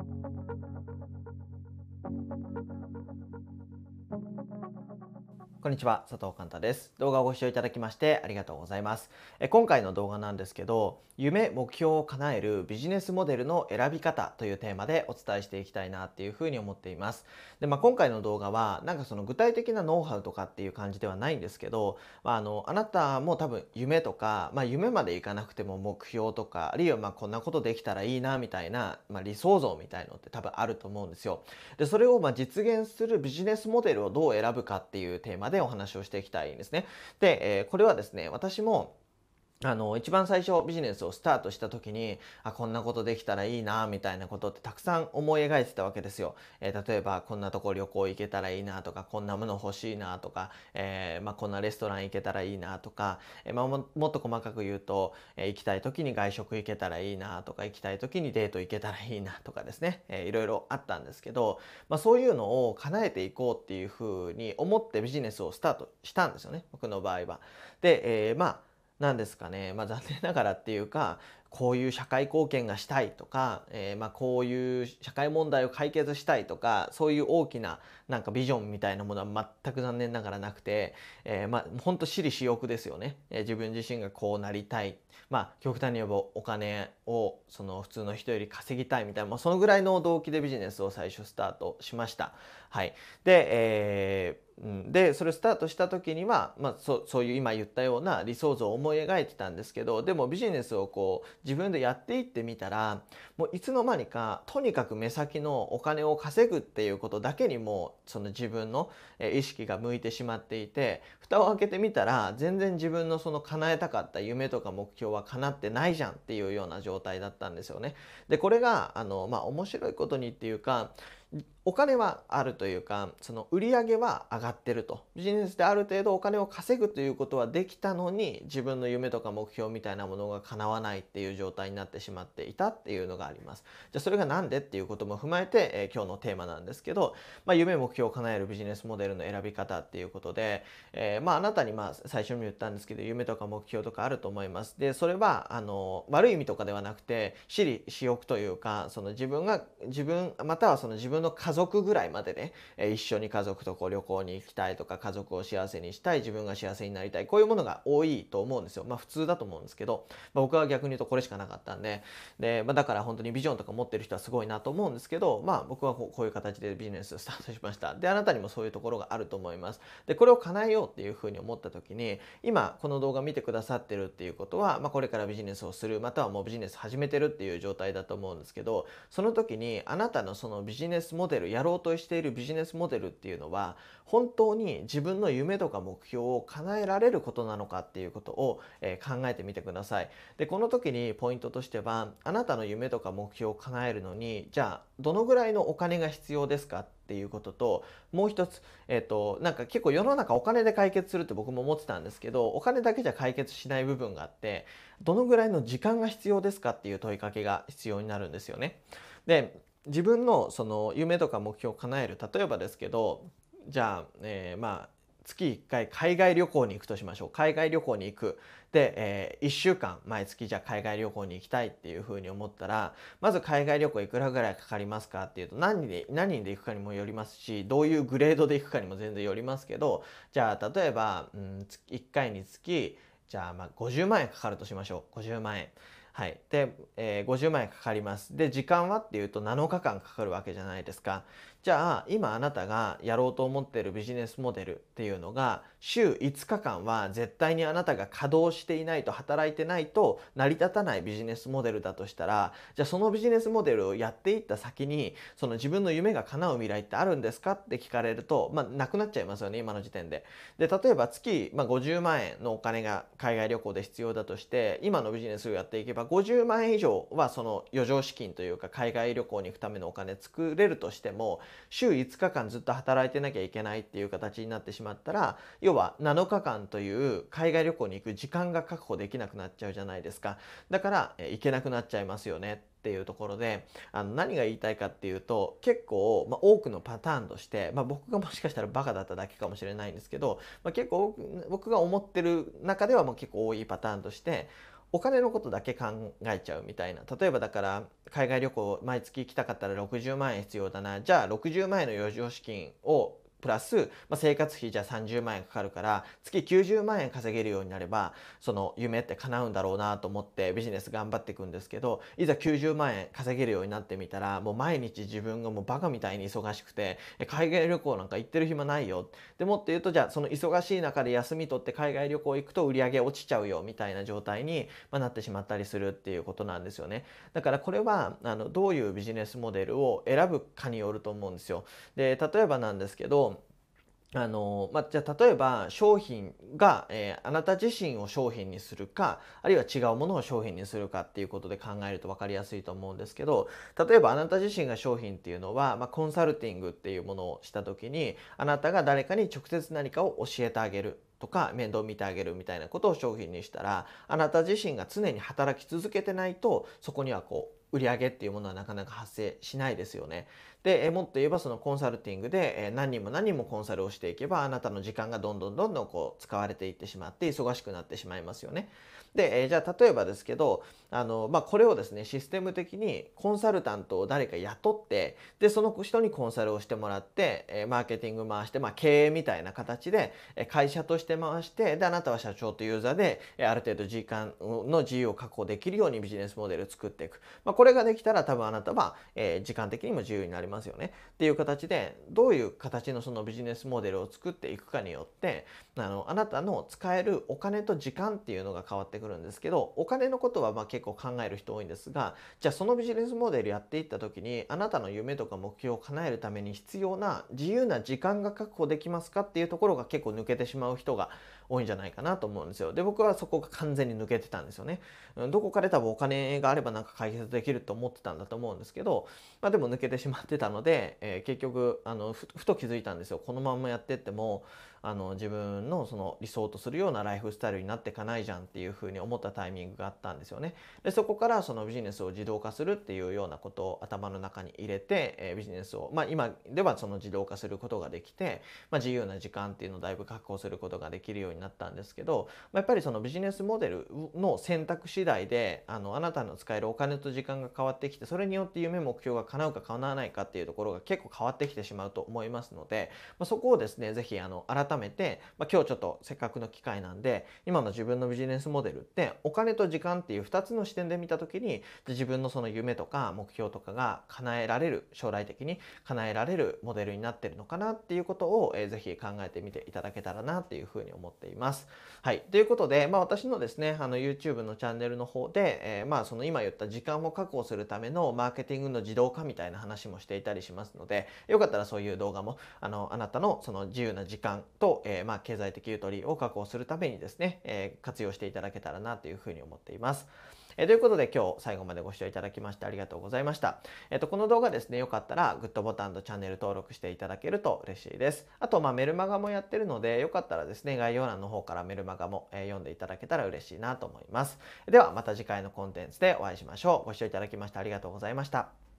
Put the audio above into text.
こんにちは、佐藤寛太です。動画をご視聴いただきましてありがとうございます。今回の動画なんですけど、夢・目標を叶えるビジネスモデルの選び方というテーマでお伝えしていきたいなっていうふうに思っています。で、今回の動画はその具体的なノウハウとかっていう感じではないんですけど、あなたも多分夢とか、夢までいかなくても目標とか、あるいはこんなことできたらいいなみたいな、理想像みたいのって多分あると思うんですよ。で、それを実現するビジネスモデルをどう選ぶかっていうテーマでお話をしていきたいんですね。で、これはですね、私も一番最初ビジネスをスタートした時に、こんなことできたらいいな、みたいなことってたくさん思い描いてたわけですよ。例えば、こんなとこ旅行行けたらいいなとか、こんなもの欲しいなとか、こんなレストラン行けたらいいなとか、もっと細かく言うと、行きたい時に外食行けたらいいなとか、行きたい時にデート行けたらいいなとかですね、いろいろあったんですけど、そういうのを叶えていこうっていうふうに思ってビジネスをスタートしたんですよね、僕の場合は。で、なんですかね、残念ながらっていうか、こういう社会貢献がしたいとか、こういう社会問題を解決したいとか、そういう大きなビジョンみたいなものは全く残念ながらなくて、本当私利私欲ですよね。自分自身がこうなりたい。極端に言えばお金をその普通の人より稼ぎたいみたいな、そのぐらいの動機でビジネスを最初スタートしました。はい。で、でそれスタートした時には、そういう今言ったような理想像を思い描いてたんですけど、でもビジネスをこう自分でやっていってみたら、もういつの間にかとにかく目先のお金を稼ぐっていうことだけにもその自分の意識が向いてしまっていて、蓋を開けてみたら全然自分のその叶えたかった夢とか目標は叶ってないじゃんっていうような状態だったんですよね。でこれが面白いことにっていうか、お金はあるというか、その売り上げは上がってると。ビジネスである程度お金を稼ぐということはできたのに、自分の夢とか目標みたいなものが叶わないっていう状態になってしまっていたっていうのがあります。じゃあそれがなんでっていうことも踏まえて、今日のテーマなんですけど、夢目標を叶えるビジネスモデルの選び方っていうことで、あなたに最初にも言ったんですけど、夢とか目標とかあると思います。で、それは悪い意味とかではなくて、私利私欲というか、その自分またはその自分の家族ぐらいまでね、一緒に家族とこう旅行に行きたいとか、家族を幸せにしたい、自分が幸せになりたい、こういうものが多いと思うんですよ。普通だと思うんですけど、僕は逆に言うとこれしかなかったんで、だから本当にビジョンとか持ってる人はすごいなと思うんですけど、僕はこういう形でビジネススタートしました。で、あなたにもそういうところがあると思います。で、これを叶えようっていうふうに思った時に、今この動画見てくださってるっていうことは、これからビジネスをする、またはもうビジネス始めてるっていう状態だと思うんですけど、その時にあなたのそのビジネスモデル、やろうとしているビジネスモデルっていうのは、本当に自分の夢とか目標を叶えられることなのかっていうことを、考えてみてください。で、この時にポイントとしては、あなたの夢とか目標を叶えるのに、じゃあどのぐらいのお金が必要ですかっていうことと、もう一つ、結構世の中お金で解決するって僕も思ってたんですけど、お金だけじゃ解決しない部分があって、どのぐらいの時間が必要ですかっていう問いかけが必要になるんですよね。で、自分のその夢とか目標を叶える、例えばですけど、じゃあ、月1回海外旅行に行くとしましょう。海外旅行に行く。で、1週間毎月じゃあ海外旅行に行きたいっていうふうに思ったら、まず海外旅行いくらぐらいかかりますかっていうと、何人で行くかにもよりますし、どういうグレードで行くかにも全然よりますけど、じゃあ例えば、1回につき、じゃあ50万円かかるとしましょう。50万円。はい。で、50万円かかります。で、時間はっていうと7日間かかるわけじゃないですか。じゃあ、今あなたがやろうと思っているビジネスモデルっていうのが、週5日間は絶対にあなたが稼働していないと、働いてないと成り立たないビジネスモデルだとしたら、じゃあそのビジネスモデルをやっていった先に、その自分の夢が叶う未来ってあるんですかって聞かれると、なくなっちゃいますよね、今の時点で。で、例えば月、50万円のお金が海外旅行で必要だとして、今のビジネスをやっていけば50万円以上はその余剰資金というか海外旅行に行くためのお金作れるとしても、週5日間ずっと働いてなきゃいけないっていう形になってしまったら、要は7日間という海外旅行に行く時間が確保できなくなっちゃうじゃないですか。だから行けなくなっちゃいますよねっていうところで、何が言いたいかっていうと、結構、多くのパターンとして、僕がもしかしたらバカだっただけかもしれないんですけど、結構僕が思ってる中では結構多いパターンとして、 お金のことだけ考えちゃうみたいな。例えばだから海外旅行毎月行きたかったら60万円必要だな。じゃあ60万円の余剰資金をプラス、生活費じゃあ30万円かかるから月90万円稼げるようになればその夢って叶うんだろうなと思ってビジネス頑張っていくんですけど、いざ90万円稼げるようになってみたらもう毎日自分がもうバカみたいに忙しくて海外旅行なんか行ってる暇ないよ。でもって言うと、じゃあその忙しい中で休み取って海外旅行行くと売り上げ落ちちゃうよみたいな状態になってしまったりするっていうことなんですよね。だからこれはどういうビジネスモデルを選ぶかによると思うんですよ。で例えばなんですけど、じゃあ例えば商品が、あなた自身を商品にするか、あるいは違うものを商品にするかっていうことで考えると分かりやすいと思うんですけど、例えばあなた自身が商品っていうのは、コンサルティングっていうものをした時に、あなたが誰かに直接何かを教えてあげるとか面倒見てあげるみたいなことを商品にしたら、あなた自身が常に働き続けてないとそこには売り上げっていうものはなかなか発生しないですよね。で、もっと言えばそのコンサルティングで何人も何人もコンサルをしていけば、あなたの時間がどんどんどんどん使われていってしまって忙しくなってしまいますよね。で、じゃあ例えばですけど、これをですね、システム的にコンサルタントを誰か雇って、で、その人にコンサルをしてもらって、マーケティング回して、経営みたいな形で、会社として回して、で、あなたは社長とユーザーで、ある程度時間の自由を確保できるようにビジネスモデルを作っていく。これができたら多分あなたは、時間的にも自由になりますよね。っていう形で、どういう形のそのビジネスモデルを作っていくかによって、あなたの使えるお金と時間っていうのが変わってくるんですけど、お金のことは結構考える人多いんですが、じゃあそのビジネスモデルやっていった時に、あなたの夢とか目標を叶えるために必要な自由な時間が確保できますかっていうところが結構抜けてしまう人が多いんじゃないかなと思うんですよ。で、僕はそこが完全に抜けてたんですよね。どこかで多分お金があればなんか解決できると思ってたんだと思うんですけど、でも抜けてしまってたので、結局ふと気づいたんですよ。このままやってっても自分のその理想とするようなライフスタイルになっていかないじゃんっていうふうに思ったタイミングがあったんですよね。でそこからそのビジネスを自動化するっていうようなことを頭の中に入れて、ビジネスを、今ではその自動化することができて、自由な時間っていうのをだいぶ確保することができるようになったんですけど、やっぱりそのビジネスモデルの選択次第であなたの使えるお金と時間が変わってきて、それによって夢目標が叶うか叶わないかっていうところが結構変わってきてしまうと思いますので、そこをですね、ぜひ改めて、今日ちょっとせっかくの機会なんで、今の自分のビジネスモデルってお金と時間っていう2つの視点で見た時に、自分のその夢とか目標とかが叶えられる、将来的に叶えられるモデルになってるのかなっていうことを、ぜひ考えてみていただけたらなっていうふうに思っています。はい。ということで、私のですね、YouTube のチャンネルの方で、その今言った時間を確保するためのマーケティングの自動化みたいな話もしていたりしますので、よかったらそういう動画も、あなたのその自由な時間と、経済的ゆとりを確保するためにですね、活用していただけたらなというふうに思っています。ということで今日最後までご視聴いただきましてありがとうございました。この動画ですね、よかったらグッドボタンとチャンネル登録していただけると嬉しいです。あと、メルマガもやってるので、よかったらですね、概要欄の方からメルマガも読んでいただけたら嬉しいなと思います。ではまた次回のコンテンツでお会いしましょう。ご視聴いただきましてありがとうございました。